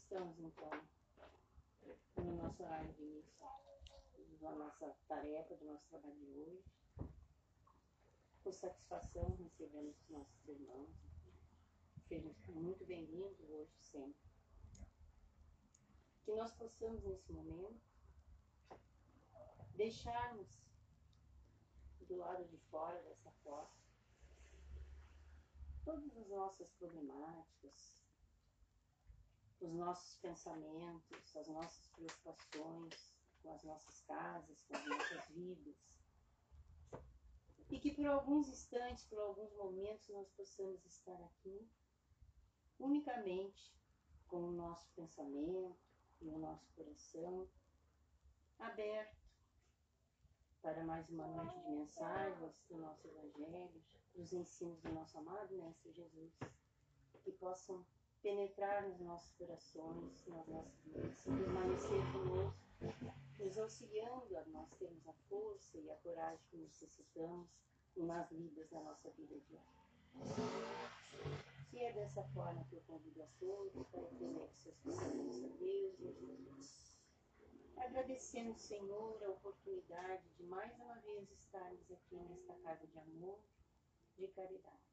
estamos, então, no nosso horário de início da nossa tarefa, do nosso trabalho de hoje. Com satisfação recebemos os nossos irmãos. Sejam muito bem-vindos hoje sempre. Que nós possamos, nesse momento, deixarmos do lado de fora dessa porta todas as nossas problemáticas, os nossos pensamentos, as nossas preocupações com as nossas casas, com as nossas vidas. E que por alguns instantes, por alguns momentos, nós possamos estar aqui unicamente com o nosso pensamento e o nosso coração aberto para mais uma noite de mensagens do nosso Evangelho, dos ensinos do nosso amado Mestre Jesus, que possam penetrar nos nossos corações, nas nossas vidas, e permanecer conosco, nos auxiliando a nós termos a força e a coragem que necessitamos nas lidas da nossa vida diária. Se é dessa forma que eu convido a todos para entender seus pensamentos a Deus e a Jesus. Agradecendo, Senhor, a oportunidade de mais uma vez estarmos aqui nesta casa de amor, de caridade.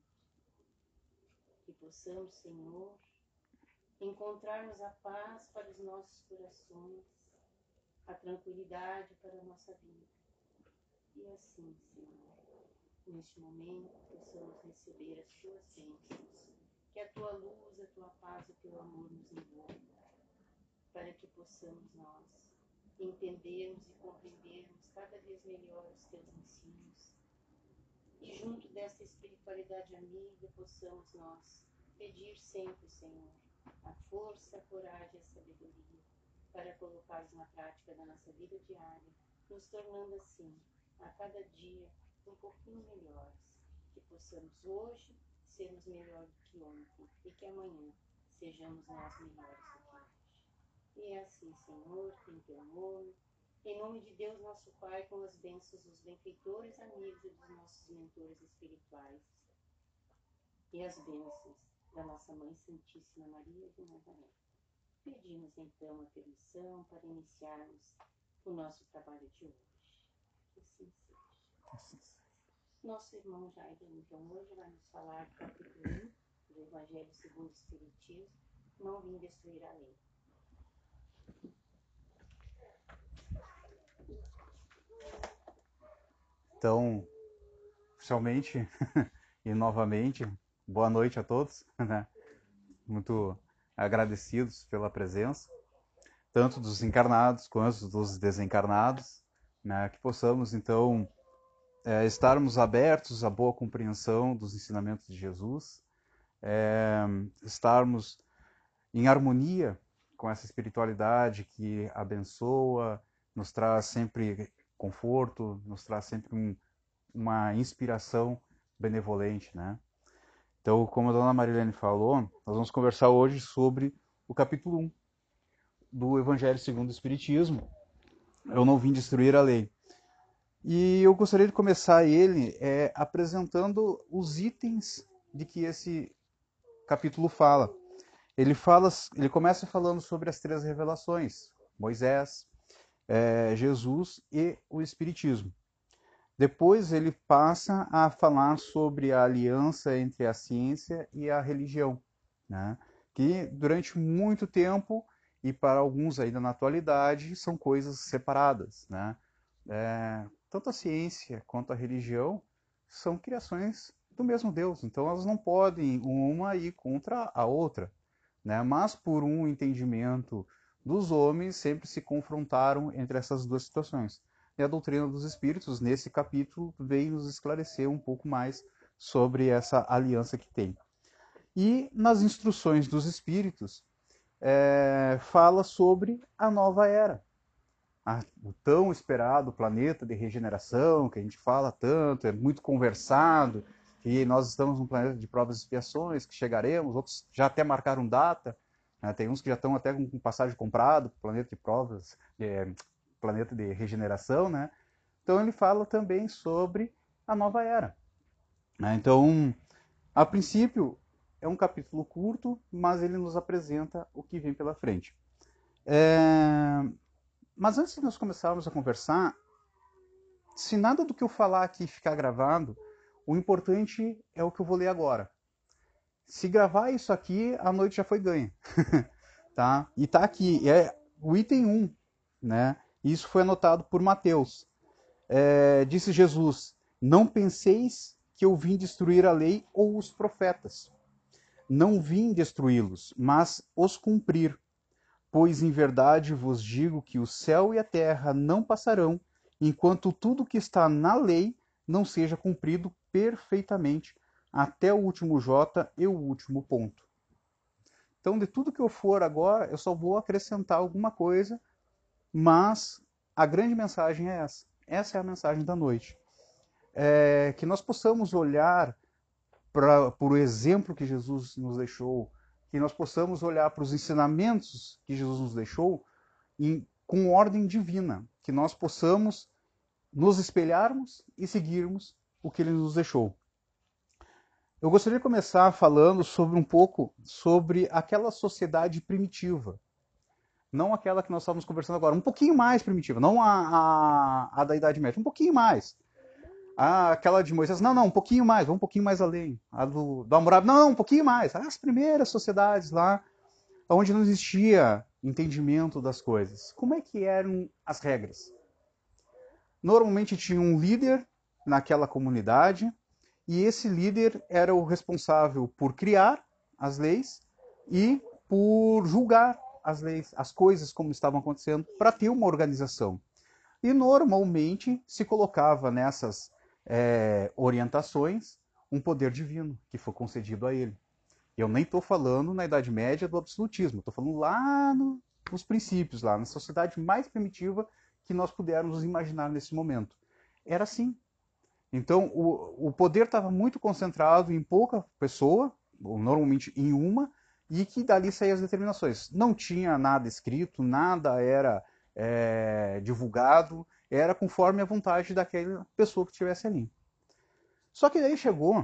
Que possamos, Senhor, encontrarmos a paz para os nossos corações, a tranquilidade para a nossa vida. E assim, Senhor, neste momento, possamos receber as tuas bênçãos. Que a tua luz, a tua paz, o teu amor nos envolva, para que possamos nós entendermos e compreendermos cada vez melhor os teus ensinos. E junto desta espiritualidade amiga, possamos nós pedir sempre, Senhor, a força, a coragem e a sabedoria para colocarmos na prática da nossa vida diária, nos tornando assim, a cada dia, um pouquinho melhores. Que possamos hoje sermos melhor do que ontem e que amanhã sejamos nós melhores do que hoje. E é assim, Senhor, em teu nome, em nome de Deus nosso Pai, com as bênçãos dos benfeitores amigos e dos nossos mentores espirituais, e as bênçãos da nossa Mãe Santíssima Maria de Nazaré. Pedimos então a permissão para iniciarmos o nosso trabalho de hoje. Que assim seja. Nosso irmão Jair, então, hoje vai nos falar do capítulo 1 do Evangelho segundo o Espiritismo, Não Vim Destruir a Lei. Então, oficialmente e novamente, boa noite a todos, né? Muito agradecidos pela presença, tanto dos encarnados quanto dos desencarnados, né? Que possamos, então, estarmos abertos à boa compreensão dos ensinamentos de Jesus, estarmos em harmonia com essa espiritualidade que abençoa, nos traz sempre conforto, nos traz sempre uma inspiração benevolente, né? Então, como a dona Marilene falou, nós vamos conversar hoje sobre o capítulo 1 do Evangelho segundo o Espiritismo, Eu Não Vim Destruir a Lei. E eu gostaria de começar ele apresentando os itens de que esse capítulo fala. Ele começa falando sobre as três revelações, Moisés, Jesus e o Espiritismo. Depois ele passa a falar sobre a aliança entre a ciência e a religião, né? Que durante muito tempo, e para alguns ainda na atualidade, são coisas separadas, né? Tanto a ciência quanto a religião são criações do mesmo Deus, então elas não podem uma ir contra a outra, né? Mas por um entendimento dos homens sempre se confrontaram entre essas duas situações. E a doutrina dos espíritos, nesse capítulo, vem nos esclarecer um pouco mais sobre essa aliança que tem. E nas instruções dos espíritos, fala sobre a nova era. O tão esperado planeta de regeneração, que a gente fala tanto, é muito conversado, que nós estamos num planeta de provas e expiações, que chegaremos, outros já até marcaram data, né? Tem uns que já estão até com passagem comprado, planeta de provas, planeta de regeneração, né? Então ele fala também sobre a nova era, né? Então, a princípio, é um capítulo curto, mas ele nos apresenta o que vem pela frente. Mas antes de nós começarmos a conversar, se nada do que eu falar aqui ficar gravado, o importante é o que eu vou ler agora. Se gravar isso aqui, a noite já foi ganha. Tá? E tá aqui, é o item 1, né? Isso foi anotado por Mateus. Disse Jesus: não penseis que eu vim destruir a lei ou os profetas. Não vim destruí-los, mas os cumprir. Pois em verdade vos digo que o céu e a terra não passarão, enquanto tudo que está na lei não seja cumprido perfeitamente, até o último J e o último ponto. Então, de tudo que eu for agora, eu só vou acrescentar alguma coisa, mas a grande mensagem é essa. Essa é a mensagem da noite. Que nós possamos olhar para o exemplo que Jesus nos deixou, que nós possamos olhar para os ensinamentos que Jesus nos deixou com ordem divina, que nós possamos nos espelharmos e seguirmos o que ele nos deixou. Eu gostaria de começar falando um pouco sobre aquela sociedade primitiva, não aquela que nós estávamos conversando agora, um pouquinho mais primitiva, não a da Idade Média, um pouquinho mais. Aquela de Moisés, não, um pouquinho mais, vamos um pouquinho mais além. A do Hammurabi, não, um pouquinho mais. As primeiras sociedades lá, onde não existia entendimento das coisas. Como é que eram as regras? Normalmente tinha um líder naquela comunidade, e esse líder era o responsável por criar as leis e por julgar as leis, as coisas como estavam acontecendo, para ter uma organização. E normalmente se colocava nessas orientações um poder divino que foi concedido a ele. Eu nem estou falando na Idade Média do absolutismo, estou falando lá nos princípios, lá na sociedade mais primitiva que nós pudermos imaginar nesse momento. Era assim. Então o poder estava muito concentrado em pouca pessoa, ou normalmente em uma, e que dali saíam as determinações. Não tinha nada escrito, nada era divulgado, era conforme a vontade daquela pessoa que estivesse ali. Só que daí chegou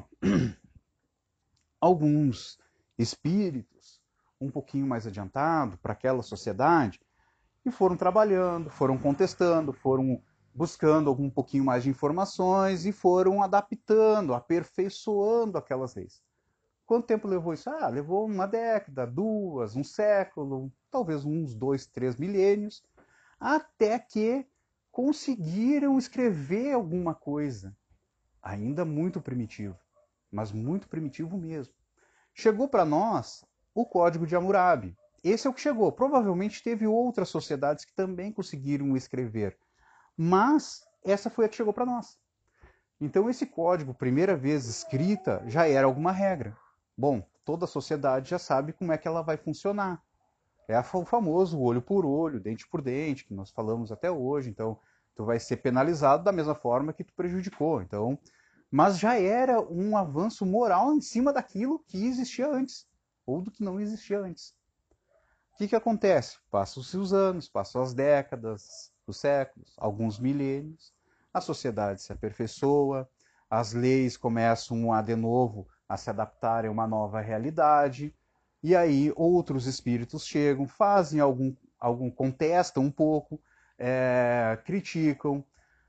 alguns espíritos um pouquinho mais adiantado para aquela sociedade e foram trabalhando, foram contestando, foram buscando um pouquinho mais de informações e foram adaptando, aperfeiçoando aquelas leis. Quanto tempo levou isso? Levou uma década, duas, um século, talvez uns 2, 3 milênios, até que conseguiram escrever alguma coisa, ainda muito primitivo, mas muito primitivo mesmo. Chegou para nós o Código de Hammurabi. Esse é o que chegou. Provavelmente teve outras sociedades que também conseguiram escrever, mas essa foi a que chegou para nós. Então esse código, primeira vez escrita, já era alguma regra. Bom, toda a sociedade já sabe como é que ela vai funcionar. É o famoso olho por olho, dente por dente, que nós falamos até hoje. Então, tu vai ser penalizado da mesma forma que tu prejudicou. Então, mas já era um avanço moral em cima daquilo que existia antes, ou do que não existia antes. O que acontece? Passam-se os anos, passam as décadas, os séculos, alguns milênios, a sociedade se aperfeiçoa, as leis começam de novo a se adaptarem a uma nova realidade, e aí outros espíritos chegam, fazem contestam um pouco, criticam,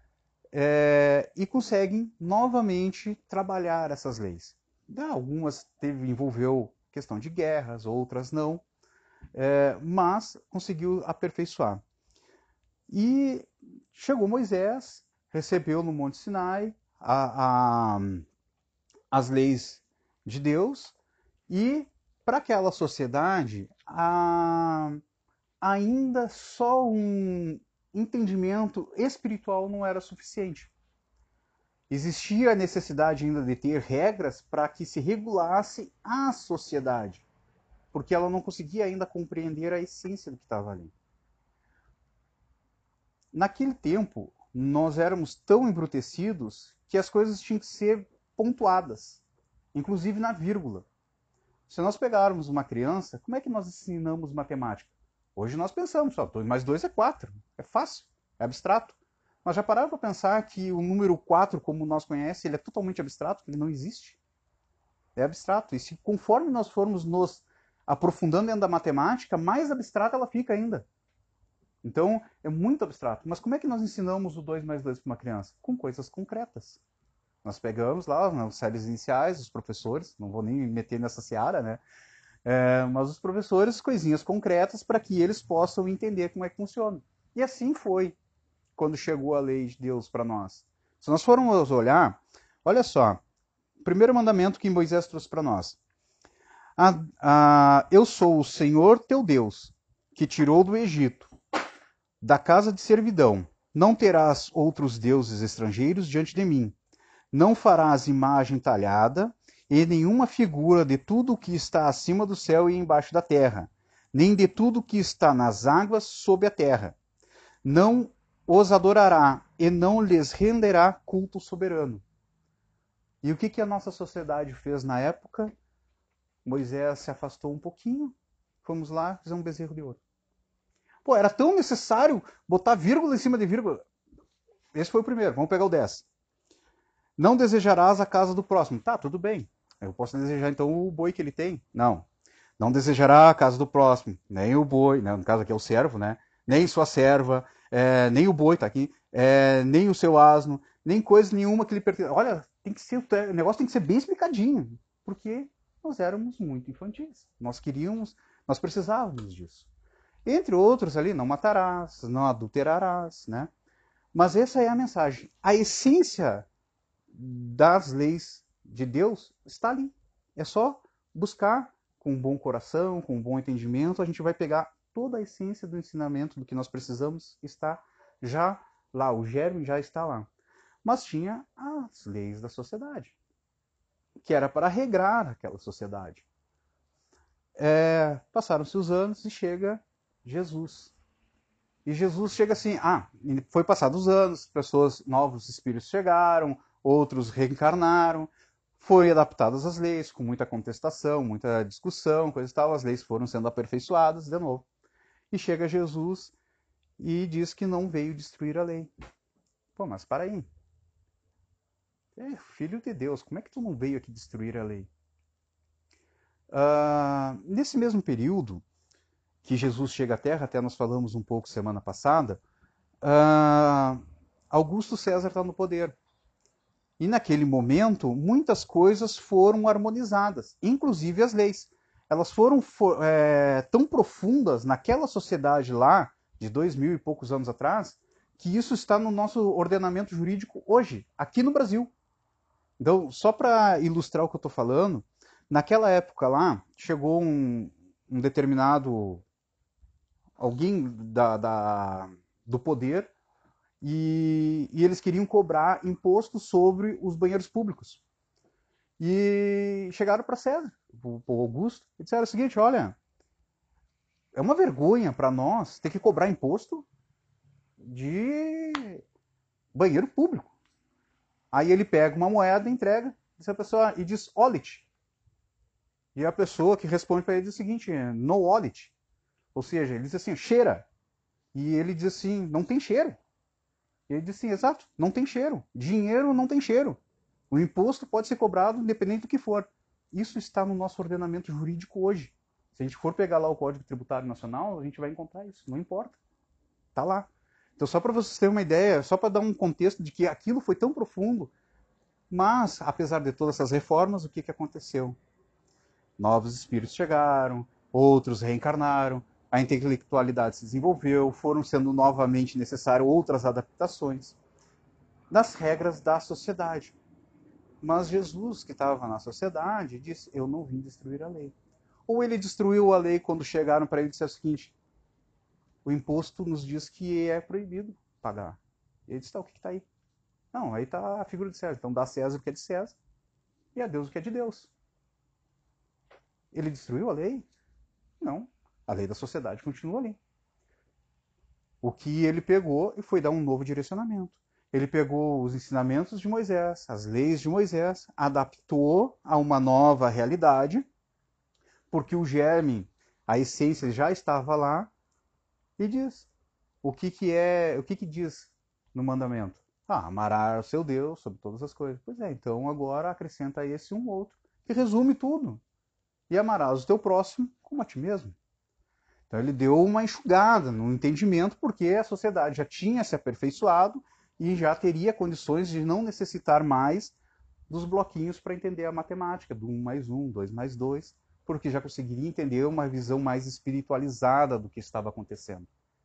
e conseguem novamente trabalhar essas leis. Algumas envolveu questão de guerras, outras não, mas conseguiu aperfeiçoar. E chegou Moisés, recebeu no Monte Sinai as leis de Deus, e para aquela sociedade ainda só um entendimento espiritual não era suficiente. Existia a necessidade ainda de ter regras para que se regulasse a sociedade, porque ela não conseguia ainda compreender a essência do que estava ali. Naquele tempo, nós éramos tão embrutecidos que as coisas tinham que ser pontuadas, inclusive na vírgula. Se nós pegarmos uma criança, como é que nós ensinamos matemática? Hoje nós pensamos, 2 mais 2 é 4. É fácil, é abstrato. Mas já pararam para pensar que o número 4, como nós conhecemos, ele é totalmente abstrato, que ele não existe? É abstrato. E se conforme nós formos nos aprofundando dentro da matemática, mais abstrata ela fica ainda. Então, é muito abstrato. Mas como é que nós ensinamos o 2 mais 2 para uma criança? Com coisas concretas. Nós pegamos lá nas séries iniciais, os professores, não vou nem me meter nessa seara, né? Mas os professores, coisinhas concretas para que eles possam entender como é que funciona. E assim foi quando chegou a lei de Deus para nós. Se nós formos olhar, olha só, o primeiro mandamento que Moisés trouxe para nós. Eu sou o Senhor teu Deus, que tirou do Egito, da casa de servidão. Não terás outros deuses estrangeiros diante de mim. Não farás imagem talhada e nenhuma figura de tudo o que está acima do céu e embaixo da terra, nem de tudo o que está nas águas sob a terra. Não os adorará e não lhes renderá culto soberano. E o que a nossa sociedade fez na época? Moisés se afastou um pouquinho, fomos lá, fizemos um bezerro de ouro. Pô, era tão necessário botar vírgula em cima de vírgula. Esse foi o primeiro, vamos pegar o 10. Não desejarás a casa do próximo. Tá, tudo bem. Eu posso desejar então o boi que ele tem? Não. Não desejará a casa do próximo, nem o boi, né? No caso aqui é o servo, né? Nem sua serva, nem o boi, tá aqui, nem o seu asno, nem coisa nenhuma que lhe pertence. Olha, tem que ser, o negócio tem que ser bem explicadinho, porque nós éramos muito infantis. Nós precisávamos disso. Entre outros ali, não matarás, não adulterarás, né? Mas essa é a mensagem. A essência das leis de Deus está ali. É só buscar com um bom coração, com um bom entendimento, a gente vai pegar toda a essência do ensinamento do que nós precisamos, está já lá, o germe já está lá. Mas tinha as leis da sociedade, que era para regrar aquela sociedade. Passaram-se os anos e chega Jesus. E Jesus chega assim, foi passados os anos, pessoas, novos espíritos chegaram, outros reencarnaram, foi adaptadas as leis, com muita contestação, muita discussão, coisa e tal, as leis foram sendo aperfeiçoadas de novo. E chega Jesus e diz que não veio destruir a lei. Pô, mas para aí. Filho de Deus, como é que tu não veio aqui destruir a lei? Nesse mesmo período que Jesus chega à Terra, até nós falamos um pouco semana passada, Augusto César está no poder. E naquele momento, muitas coisas foram harmonizadas, inclusive as leis. Elas foram tão profundas naquela sociedade lá, de 2000 e poucos anos atrás, que isso está no nosso ordenamento jurídico hoje, aqui no Brasil. Então, só para ilustrar o que eu estou falando, naquela época lá, chegou um determinado alguém do poder e eles queriam cobrar imposto sobre os banheiros públicos. E chegaram para César, para o Augusto, e disseram o seguinte, olha, é uma vergonha para nós ter que cobrar imposto de banheiro público. Aí ele pega uma moeda, entrega, diz a pessoa, e diz, wallet. E a pessoa que responde para ele diz o seguinte, no wallet. Ou seja, ele diz assim, cheira. E ele diz assim, não tem cheiro. E ele diz assim, exato, não tem cheiro. Dinheiro não tem cheiro. O imposto pode ser cobrado independente do que for. Isso está no nosso ordenamento jurídico hoje. Se a gente for pegar lá o Código Tributário Nacional, a gente vai encontrar isso. Não importa. Está lá. Então, só para vocês terem uma ideia, só para dar um contexto de que aquilo foi tão profundo. Mas, apesar de todas essas reformas, o que aconteceu? Novos espíritos chegaram, outros reencarnaram, a intelectualidade se desenvolveu, foram sendo novamente necessárias outras adaptações das regras da sociedade. Mas Jesus, que estava na sociedade, disse, eu não vim destruir a lei. Ou ele destruiu a lei quando chegaram para ele e disseram o seguinte, o imposto nos diz que é proibido pagar. E ele disse, tá, o que está aí? Não, aí está a figura de César. Então dá a César o que é de César e a Deus o que é de Deus. Ele destruiu a lei? Não. A lei da sociedade continua ali. O que ele pegou e foi dar um novo direcionamento. Ele pegou os ensinamentos de Moisés, as leis de Moisés, adaptou a uma nova realidade, porque o germe, a essência já estava lá, e diz. O que diz no mandamento? Amará o seu Deus sobre todas as coisas. Pois é, então agora acrescenta esse um outro, que resume tudo. E amarás o teu próximo como a ti mesmo. Então ele deu uma enxugada no entendimento, porque a sociedade já tinha se aperfeiçoado e já teria condições de não necessitar mais dos bloquinhos para entender a matemática, do 1 mais 1, 2 mais 2, porque já conseguiria entender uma visão mais espiritualizada do que estava acontecendo.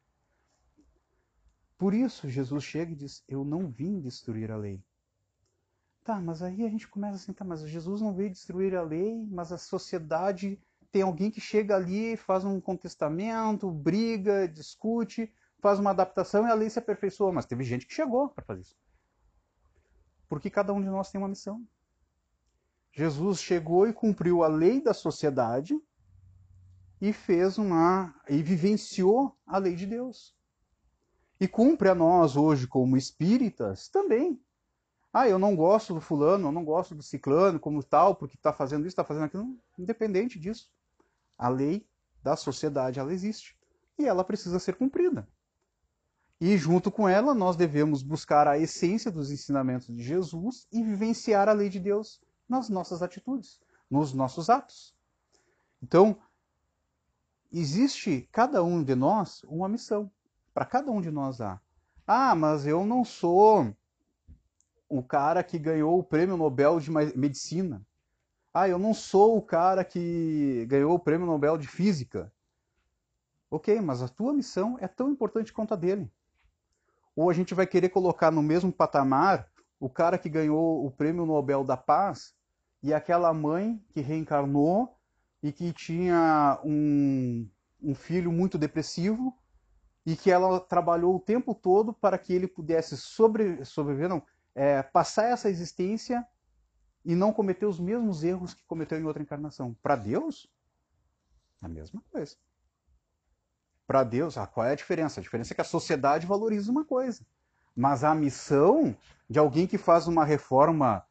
Por isso, Jesus chega e diz, eu não vim destruir a lei. Tá, mas aí a gente começa assim, tá, mas Jesus não veio destruir a lei, mas a sociedade tem alguém que chega ali, faz um contestamento, briga, discute, faz uma adaptação e a lei se aperfeiçoa. Mas teve gente que chegou para fazer isso. Porque cada um de nós tem uma missão. Jesus chegou e cumpriu a lei da sociedade e vivenciou a lei de Deus. E cumpre a nós hoje como espíritas também. Ah, eu não gosto do fulano, eu não gosto do ciclano, como tal, porque está fazendo isso, está fazendo aquilo. Independente disso. A lei da sociedade, ela existe. E ela precisa ser cumprida. E junto com ela, nós devemos buscar a essência dos ensinamentos de Jesus e vivenciar a lei de Deus nas nossas atitudes, nos nossos atos. Então, existe cada um de nós uma missão. Para cada um de nós há. Ah, mas eu não sou o cara que ganhou o prêmio Nobel de Medicina. Ah, eu não sou o cara que ganhou o prêmio Nobel de Física. Ok, mas a tua missão é tão importante quanto a dele. Ou a gente vai querer colocar no mesmo patamar o cara que ganhou o prêmio Nobel da Paz e aquela mãe que reencarnou e que tinha um filho muito depressivo e que ela trabalhou o tempo todo para que ele pudesse sobreviver, não, passar essa existência e não cometer os mesmos erros que cometeu em outra encarnação. Para Deus, a mesma coisa. Para Deus, qual é a diferença? A diferença é que a sociedade valoriza uma coisa. Mas a missão de alguém que faz uma reforma,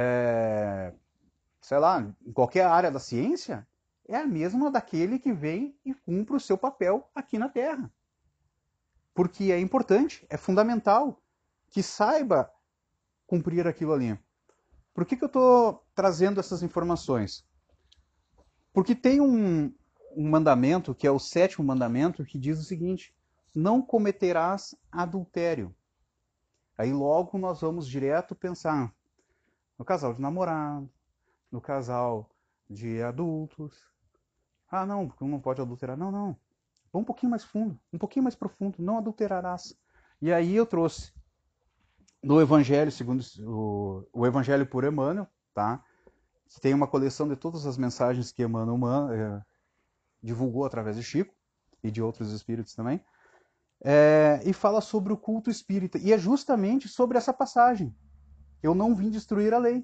sei lá, em qualquer área da ciência, é a mesma daquele que vem e cumpre o seu papel aqui na Terra. Porque é importante, é fundamental que saiba cumprir aquilo ali. Por que eu estou trazendo essas informações? Porque tem um mandamento, que é o 7º mandamento, que diz o seguinte, não cometerás adultério. Aí logo nós vamos direto pensar no casal de namorado, no casal de adultos. Ah, não, porque um não pode adulterar. Não, não. Vamos um pouquinho mais fundo, um pouquinho mais profundo. Não adulterarás. E aí eu trouxe no Evangelho, segundo o Evangelho por Emmanuel, tá? Que tem uma coleção de todas as mensagens que Emmanuel divulgou através de Chico e de outros espíritos também, e fala sobre o culto espírita. E é justamente sobre essa passagem. Eu não vim destruir a lei.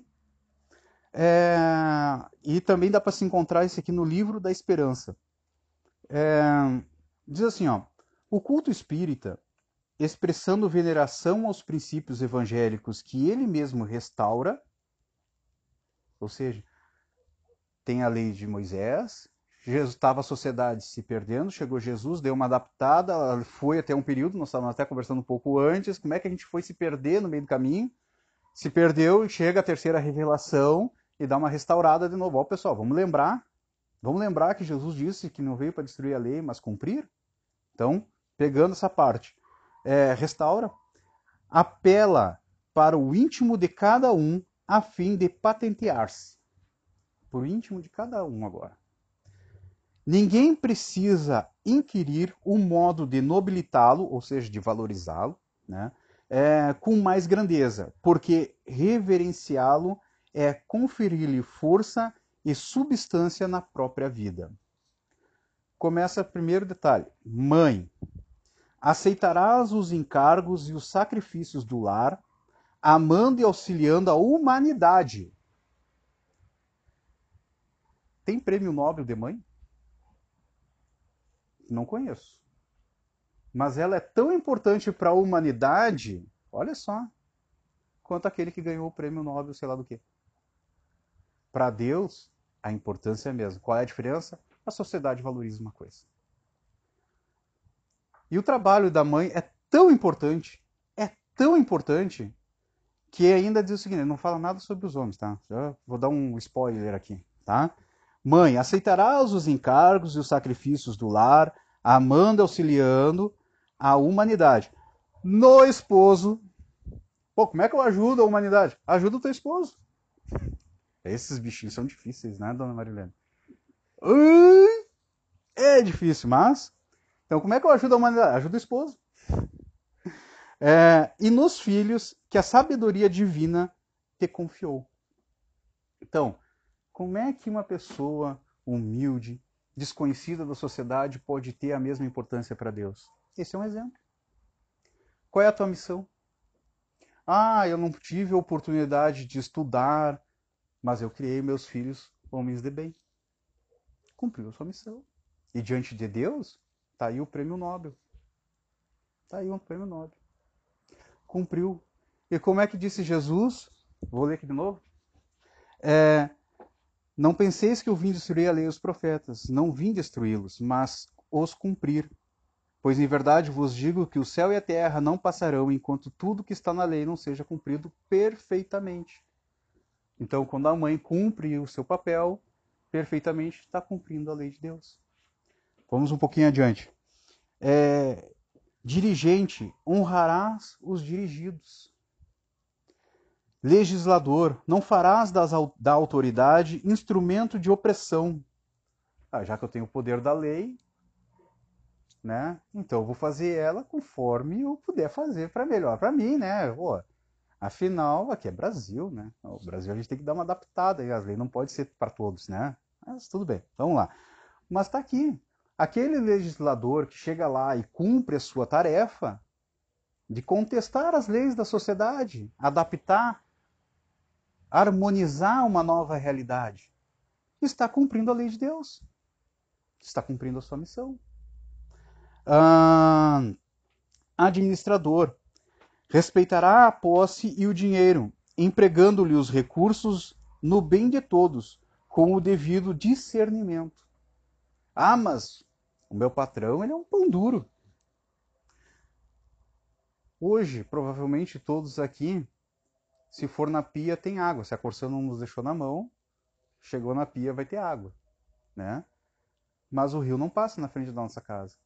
E também dá para se encontrar isso aqui no Livro da Esperança. Diz assim, ó, o culto espírita, expressando veneração aos princípios evangélicos que ele mesmo restaura, ou seja, tem a lei de Moisés, estava a sociedade se perdendo, chegou Jesus, deu uma adaptada, foi até um período, nós estávamos até conversando um pouco antes, como é que a gente foi se perder no meio do caminho, se perdeu e chega a terceira revelação e dá uma restaurada de novo. Ó, pessoal, vamos lembrar que Jesus disse que não veio para destruir a lei, mas cumprir? Então, pegando essa parte, restaura, apela para o íntimo de cada um a fim de patentear-se. Por o íntimo de cada um agora. Ninguém precisa inquirir o modo de nobilitá-lo, ou seja, de valorizá-lo, né, com mais grandeza, porque reverenciá-lo é conferir-lhe força e substância na própria vida. Começa o primeiro detalhe. Mãe, aceitarás os encargos e os sacrifícios do lar, amando e auxiliando a humanidade. Tem prêmio Nobel de mãe? Não conheço. Mas ela é tão importante para a humanidade, olha só, quanto aquele que ganhou o prêmio Nobel, sei lá do que. Para Deus, a importância é a mesma. Qual é a diferença? A sociedade valoriza uma coisa. E o trabalho da mãe é tão importante, que ainda diz o seguinte, não fala nada sobre os homens, tá? Já vou dar um spoiler aqui, tá? Mãe, aceitarás os encargos e os sacrifícios do lar, amando e auxiliando a humanidade. No esposo, pô, como é que eu ajudo a humanidade? Ajuda o teu esposo. Esses bichinhos são difíceis, né, dona Marilene? É difícil, mas... Então, como é que eu ajudo a humanidade? Ajuda o esposo. E nos filhos que a sabedoria divina te confiou. Então, como é que uma pessoa humilde, desconhecida da sociedade, pode ter a mesma importância para Deus? Esse é um exemplo. Qual é a tua missão? Ah, eu não tive a oportunidade de estudar, mas eu criei meus filhos homens de bem. Cumpriu a sua missão. E diante de Deus, está aí o prêmio Nobel. Está aí um prêmio Nobel. Cumpriu. E como é que disse Jesus? Vou ler aqui de novo. Não penseis que eu vim destruir a lei e os profetas. Não vim destruí-los, mas os cumprir. Pois em verdade vos digo que o céu e a terra não passarão enquanto tudo que está na lei não seja cumprido perfeitamente. Então, quando a mãe cumpre o seu papel perfeitamente, está cumprindo a lei de Deus. Vamos um pouquinho adiante. Dirigente, honrarás os dirigidos. Legislador, não farás da autoridade instrumento de opressão. Já que eu tenho o poder da lei, né? Então eu vou fazer ela conforme eu puder fazer para melhor para mim, né? Pô, afinal, aqui é Brasil, né? O Brasil a gente tem que dar uma adaptada, e as leis não pode ser para todos, né? Mas tudo bem, vamos lá. Mas está aqui. Aquele legislador que chega lá e cumpre a sua tarefa de contestar as leis da sociedade, adaptar, harmonizar uma nova realidade, está cumprindo a lei de Deus. Está cumprindo a sua missão. Administrador. Respeitará a posse e o dinheiro, empregando-lhe os recursos no bem de todos, com o devido discernimento. Ah, mas o meu patrão, ele é um pão duro. Hoje, provavelmente todos aqui, se for na pia, tem água. Se a Corsã não nos deixou na mão, chegou na pia, vai ter água, né? Mas o rio não passa na frente da nossa casa.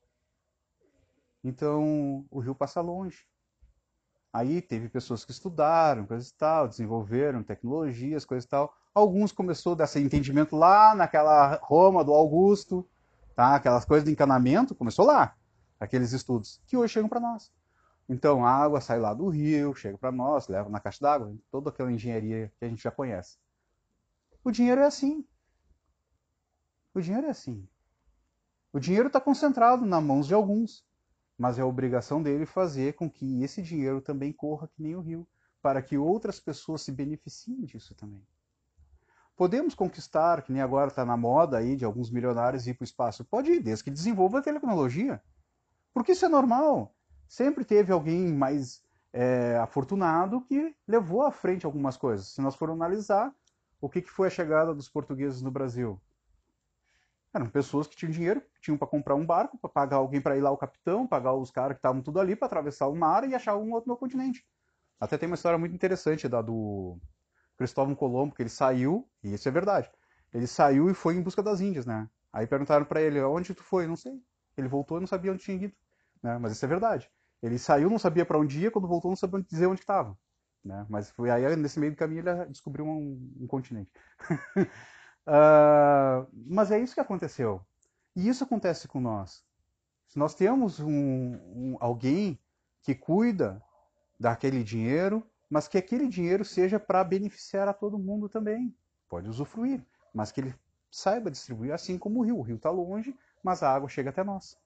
Então, o rio passa longe. Aí teve pessoas que estudaram, coisas e tal, desenvolveram tecnologias, coisas e tal. Alguns começou desse entendimento lá naquela Roma do Augusto, tá? Aquelas coisas de encanamento, começou lá, aqueles estudos, que hoje chegam para nós. Então a água sai lá do rio, chega para nós, leva na caixa d'água, toda aquela engenharia que a gente já conhece. O dinheiro é assim. O dinheiro é assim. O dinheiro está concentrado nas mãos de alguns, mas é a obrigação dele fazer com que esse dinheiro também corra que nem o rio, para que outras pessoas se beneficiem disso também. Podemos conquistar, que nem agora está na moda aí de alguns milionários ir para o espaço. Pode ir, desde que desenvolva a tecnologia. Porque isso é normal. Sempre teve alguém mais afortunado que levou à frente algumas coisas. Se nós formos analisar, o que foi a chegada dos portugueses no Brasil? Eram pessoas que tinham dinheiro, tinham para comprar um barco, para pagar alguém para ir lá, o capitão, pagar os caras que estavam tudo ali para atravessar o mar e achar um outro no continente. Até tem uma história muito interessante do Cristóvão Colombo, que ele saiu, e isso é verdade, ele saiu e foi em busca das Índias, né? Aí perguntaram para ele, onde tu foi? Não sei. Ele voltou e não sabia onde tinha ido, né? Mas isso é verdade. Ele saiu, não sabia para onde ia, quando voltou não sabia dizer onde estava, né? Mas foi aí, nesse meio do caminho, ele descobriu um continente. Mas é isso que aconteceu. E isso acontece com nós. Se nós temos alguém que cuida daquele dinheiro, mas que aquele dinheiro seja para beneficiar a todo mundo também. Pode usufruir, mas que ele saiba distribuir, assim como o rio. O rio está longe, mas a água chega até nós.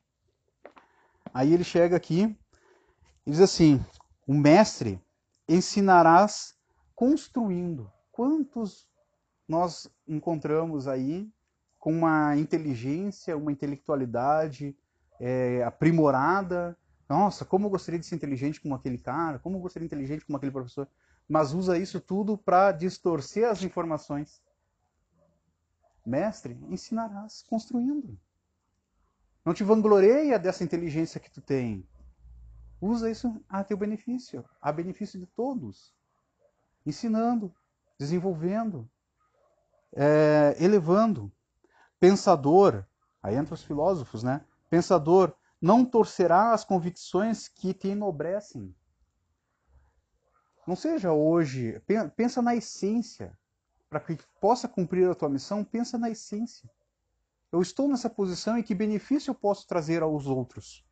Aí ele chega aqui e diz assim, o mestre ensinarás construindo. Quantos nós encontramos aí com uma inteligência, uma intelectualidade aprimorada. Nossa, como eu gostaria de ser inteligente como aquele cara, como eu gostaria de ser inteligente como aquele professor, mas usa isso tudo para distorcer as informações. Mestre, ensinarás construindo. Não te vangloreia dessa inteligência que tu tem. Usa isso a teu benefício, a benefício de todos. Ensinando, desenvolvendo, elevando. Pensador, aí entra os filósofos, né? Pensador, não torcerá as convicções que te enobrecem. Não seja hoje, pensa na essência. Para que possa cumprir a tua missão, pensa na essência. Eu estou nessa posição e que benefício eu posso trazer aos outros?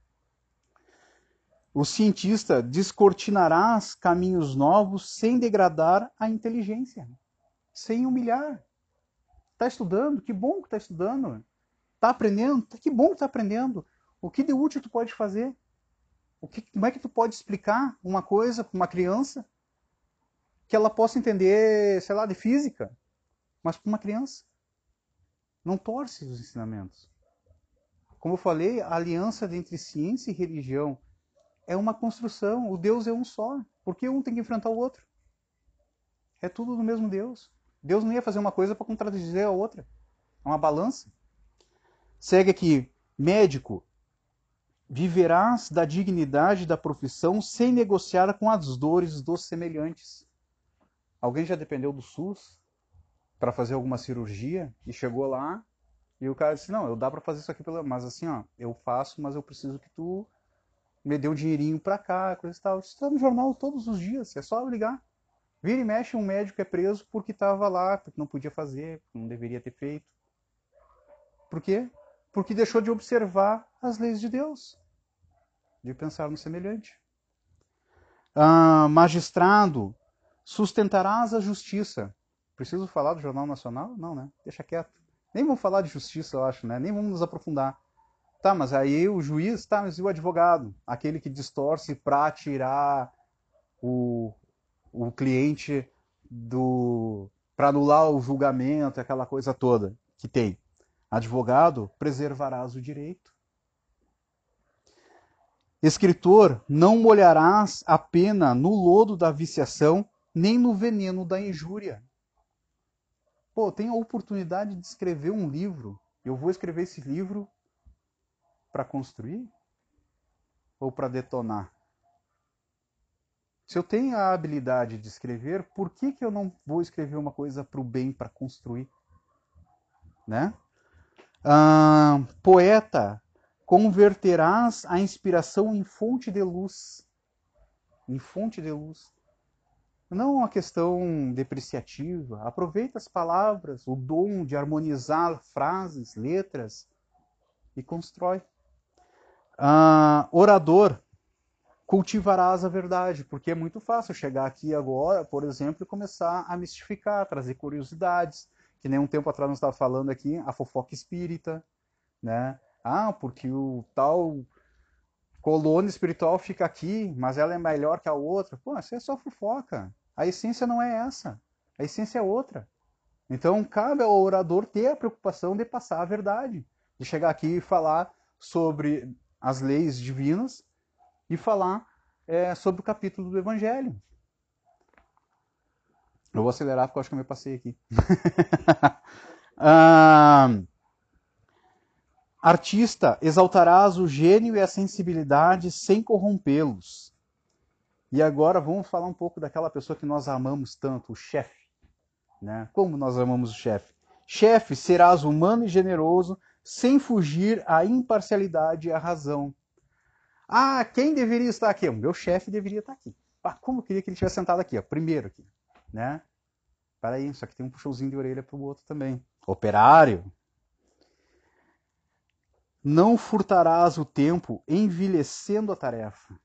O cientista descortinará caminhos novos sem degradar a inteligência, sem humilhar. Está estudando? Que bom que está estudando. Está aprendendo? Que bom que está aprendendo. O que de útil tu pode fazer? Como é que tu pode explicar uma coisa para uma criança que ela possa entender, sei lá, de física, mas para uma criança? Não torce os ensinamentos. Como eu falei, a aliança entre ciência e religião é uma construção. O Deus é um só. Por que um tem que enfrentar o outro? É tudo do mesmo Deus. Deus não ia fazer uma coisa para contradizer a outra. É uma balança. Segue aqui. Médico, viverás da dignidade da profissão sem negociar com as dores dos semelhantes. Alguém já dependeu do SUS para fazer alguma cirurgia e chegou lá e o cara disse, não, eu dá para fazer isso aqui, mas assim, ó, eu faço, mas eu preciso que tu me dê um dinheirinho para cá, coisa e tal. Isso está no jornal todos os dias, é só ligar. Vira e mexe, um médico é preso porque estava lá, porque não podia fazer, porque não deveria ter feito. Por quê? Porque deixou de observar as leis de Deus, de pensar no semelhante. Magistrado, sustentarás a justiça. Preciso falar do Jornal Nacional? Não, né? Deixa quieto. Nem vamos falar de justiça, eu acho, né? Nem vamos nos aprofundar. Tá, mas aí o juiz, tá, mas e o advogado? Aquele que distorce para tirar o cliente para anular o julgamento, aquela coisa toda que tem. Advogado, preservarás o direito. Escritor, não molharás a pena no lodo da viciação, nem no veneno da injúria. Pô, tenho a oportunidade de escrever um livro. Eu vou escrever esse livro para construir ou para detonar? Se eu tenho a habilidade de escrever, por que eu não vou escrever uma coisa para o bem, para construir? Né? Poeta, converterás a inspiração em fonte de luz. Em fonte de luz. Não uma questão depreciativa. Aproveita as palavras, o dom de harmonizar frases, letras e constrói. Orador, cultivarás a verdade, porque é muito fácil chegar aqui agora, por exemplo, e começar a mistificar, trazer curiosidades, que nem um tempo atrás nós estávamos falando aqui, a fofoca espírita, né? Porque o tal colônia espiritual fica aqui, mas ela é melhor que a outra. Pô, isso é só fofoca. A essência não é essa. A essência é outra. Então, cabe ao orador ter a preocupação de passar a verdade, de chegar aqui e falar sobre as leis divinas e falar sobre o capítulo do Evangelho. Eu vou acelerar porque eu acho que eu me passei aqui. Artista, exaltarás o gênio e a sensibilidade sem corrompê-los. E agora vamos falar um pouco daquela pessoa que nós amamos tanto, o chefe. Né? Como nós amamos o chefe? Chefe, serás humano e generoso, sem fugir à imparcialidade e à razão. Quem deveria estar aqui? O meu chefe deveria estar aqui. Como eu queria que ele tivesse sentado aqui, ó, primeiro aqui. Né? Peraí, só que tem um puxãozinho de orelha para o outro também. Operário. Não furtarás o tempo envelhecendo a tarefa.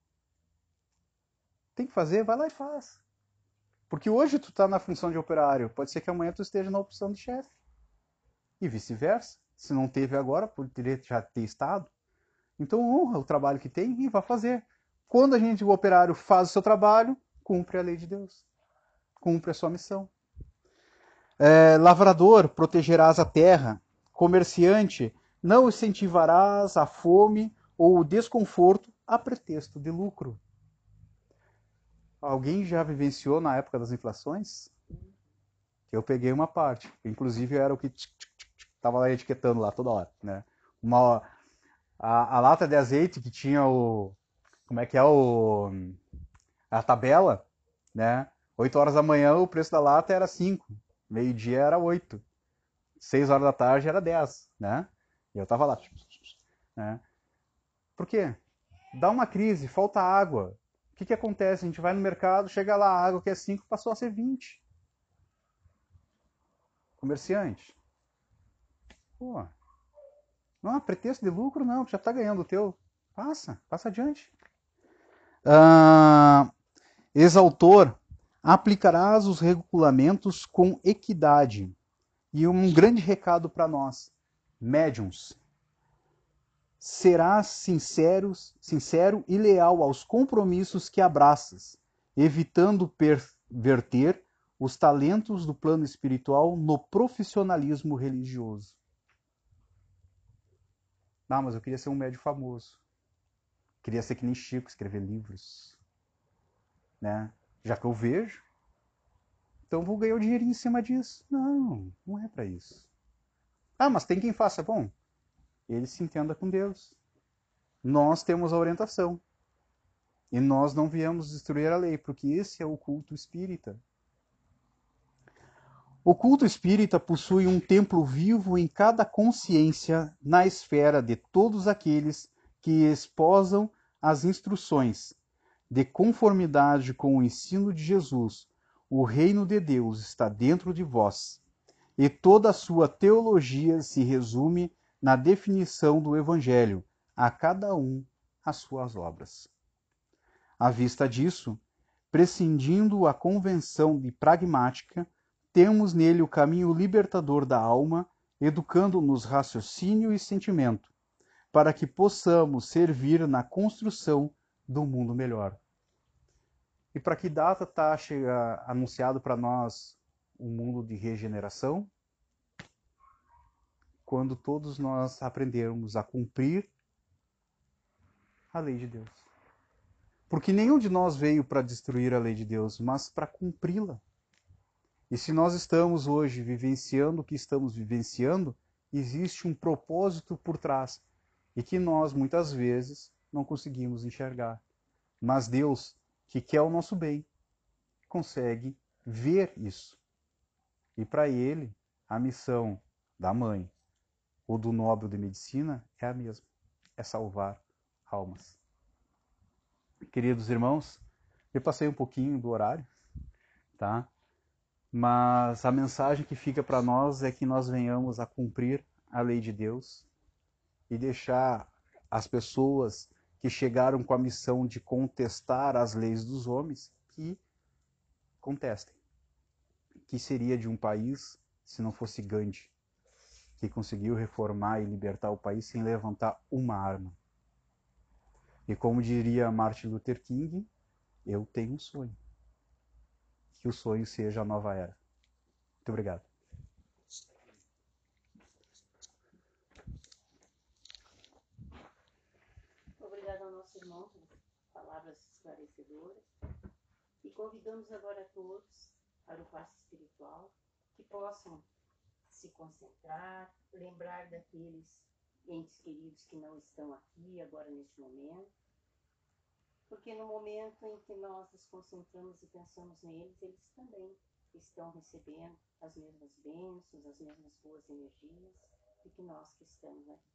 Tem que fazer? Vai lá e faz. Porque hoje tu está na função de operário, pode ser que amanhã tu esteja na opção de chefe. E vice-versa. Se não teve agora, poderia já ter estado. Então honra o trabalho que tem e vá fazer. Quando o operário faz o seu trabalho, cumpre a lei de Deus. Cumpre a sua missão. Lavrador, protegerás a terra. Comerciante, não incentivarás a fome ou o desconforto a pretexto de lucro. Alguém já vivenciou na época das inflações? Eu peguei uma parte. Inclusive, eu era o que estava lá etiquetando lá toda hora. Né? A lata de azeite que tinha como é que é a tabela, né? 8 horas da manhã o preço da lata era 5, meio-dia era 8, 6 horas da tarde era 10, né? E eu tava lá, né? Por quê? Dá uma crise, falta água. O que acontece? A gente vai no mercado, chega lá, a água que é 5 passou a ser 20. Comerciante. Pô, não, pretexto de lucro não, já está ganhando o teu. Passa adiante. Exautor, aplicarás os regulamentos com equidade. E um grande recado para nós, médiums. Serás sincero e leal aos compromissos que abraças, evitando perverter os talentos do plano espiritual no profissionalismo religioso. Não, mas eu queria ser um médium famoso. Queria ser que nem Chico, escrever livros. Né? Já que eu vejo, então vou ganhar o dinheirinho em cima disso. Não, não é para isso. Ah, mas tem quem faça. Bom, ele se entenda com Deus. Nós temos a orientação. E nós não viemos destruir a lei, porque esse é o culto espírita. O culto espírita possui um templo vivo em cada consciência na esfera de todos aqueles que esposam as instruções. De conformidade com o ensino de Jesus, o reino de Deus está dentro de vós, e toda a sua teologia se resume na definição do Evangelho, a cada um as suas obras. À vista disso, prescindindo a convenção de pragmática, temos nele o caminho libertador da alma, educando-nos raciocínio e sentimento, para que possamos servir na construção do mundo melhor. E para que data está anunciado para nós um mundo de regeneração? Quando todos nós aprendermos a cumprir a lei de Deus. Porque nenhum de nós veio para destruir a lei de Deus, mas para cumpri-la. E se nós estamos hoje vivenciando o que estamos vivenciando, existe um propósito por trás e que nós, muitas vezes, não conseguimos enxergar. Mas Deus, que quer o nosso bem, consegue ver isso. E para ele, a missão da mãe ou do nobre de medicina é a mesma, é salvar almas. Queridos irmãos, eu passei um pouquinho do horário, tá? Mas a mensagem que fica para nós é que nós venhamos a cumprir a lei de Deus e deixar as pessoas que chegaram com a missão de contestar as leis dos homens que contestem. Que seria de um país se não fosse Gandhi, que conseguiu reformar e libertar o país sem levantar uma arma. E como diria Martin Luther King, eu tenho um sonho. Que o sonho seja a nova era. Muito obrigado. Obrigado ao nosso irmão pelas palavras esclarecedoras. E convidamos agora a todos para o passe espiritual, que possam se concentrar, lembrar daqueles entes queridos que não estão aqui agora neste momento, porque no momento em que nós nos concentramos e pensamos neles, eles também estão recebendo as mesmas bênçãos, as mesmas boas energias do que nós que estamos aqui.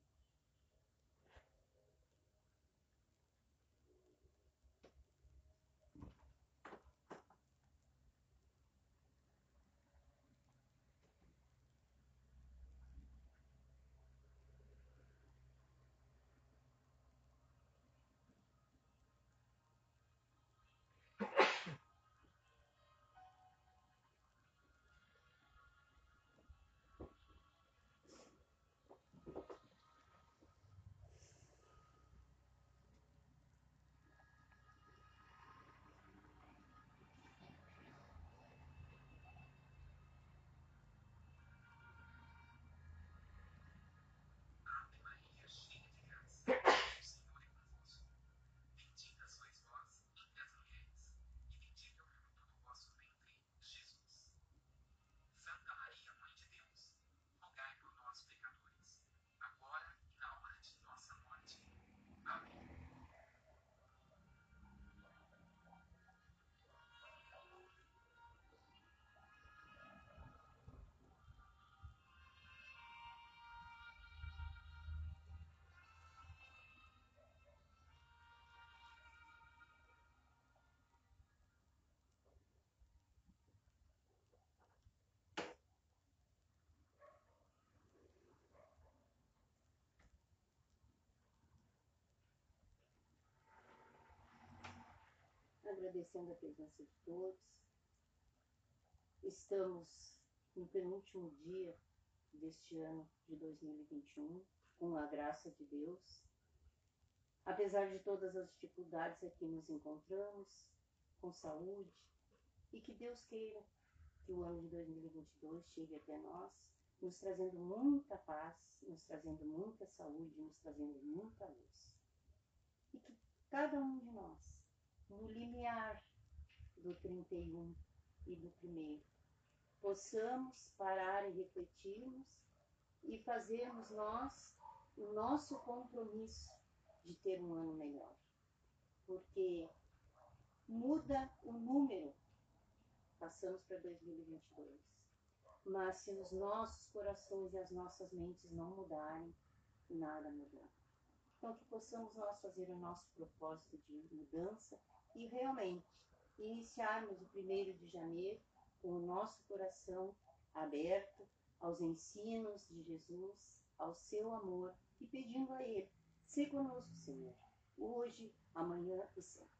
agradecendo a presença de todos. Estamos no penúltimo dia deste ano de 2021, com a graça de Deus. Apesar de todas as dificuldades a que nos encontramos, com saúde, e que Deus queira que o ano de 2022 chegue até nós, nos trazendo muita paz, nos trazendo muita saúde, nos trazendo muita luz. E que cada um de nós, no limiar do 31 e do 1º, possamos parar e refletirmos e fazermos nós o nosso compromisso de ter um ano melhor. Porque muda o número, passamos para 2022. Mas se os nossos corações e as nossas mentes não mudarem, nada mudará. Então que possamos nós fazer o nosso propósito de mudança e realmente iniciarmos o 1º de janeiro com o nosso coração aberto aos ensinos de Jesus, ao seu amor e pedindo a Ele, se conosco, Senhor, hoje, amanhã e sempre.